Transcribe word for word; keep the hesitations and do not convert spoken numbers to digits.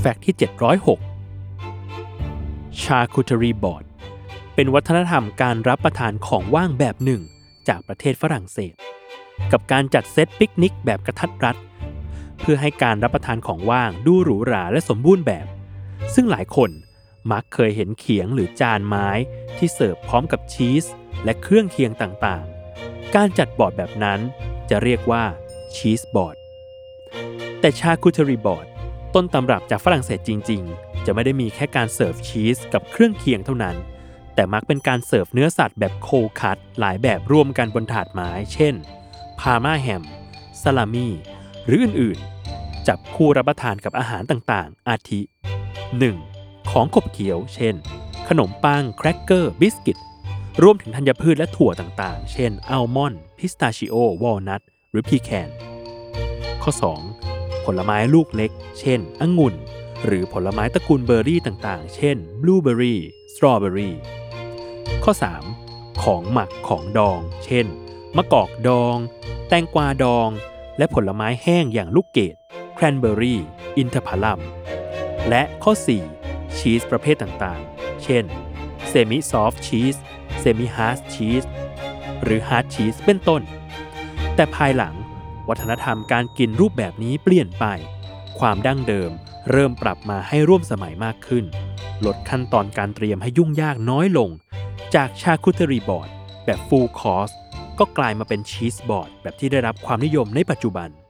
ฟกต์ที่เจ็ดร้อยหก Charcuterie Board เป็นวัฒนธรรมการรับประทานของว่างแบบหนึ่งจากประเทศฝรั่งเศสกับการจัดเซตปิกนิกแบบกระทัดรัดเพื่อให้การรับประทานของว่างดูหรูหราและสมบูรณ์แบบซึ่งหลายคนมักเคยเห็นเขียงหรือจานไม้ที่เสิร์ฟพร้อมกับชีสและเครื่องเคียงต่างๆการจัดบอร์ดแบบนั้นจะเรียกว่าชีสบอร์ดแต่ชาคูเทอรีบอร์ดต้นตำรับจากฝรั่งเศสจริงๆจะไม่ได้มีแค่การเสิร์ฟชีสกับเครื่องเคียงเท่านั้นแต่มักเป็นการเสิร์ฟเนื้อสัตว์แบบโคลคัตหลายแบบรวมกันบนถาดไม้เช่นพาร์มาแฮมซาลามี่หรืออื่นๆจับคู่รับประทานกับอาหารต่างๆอาทิ หนึ่ง. ของขบเคี้ยวเช่นขนมปังแครกเกอร์บิสกิตรวมถึงธัญพืชและถั่วต่างๆเช่นอัลมอนด์พิสตาชิโอวอลนัทหรือพีแคนข้อ สอง. ผลไม้ลูกเล็กเช่นองุ่นหรือผลไม้ตระกูลเบอร์รี่ต่างๆเช่นบลูเบอร์รี่สตรอเบอร์รี่ข้อ สาม. ของหมักของดองเช่นมะกอกดองแตงกวาดองและผลไม้แห้งอย่างลูกเกดแครนเบอร์รี่อินทผลัมและข้อ สี่. ชีสประเภทต่างๆเช่นเซมิซอฟต์ชีสเซมิฮาร์ดชีสหรือฮาร์ดชีสเป็นต้นแต่ภายหลังวัฒนธรรมการกินรูปแบบนี้เปลี่ยนไปความดั้งเดิมเริ่มปรับมาให้ร่วมสมัยมากขึ้นลดขั้นตอนการเตรียมให้ยุ่งยากน้อยลงจากชาคูเทอรีบอร์ดแบบฟูลคอร์สก็กลายมาเป็นชีสบอร์ดแบบที่ได้รับความนิยมในปัจจุบัน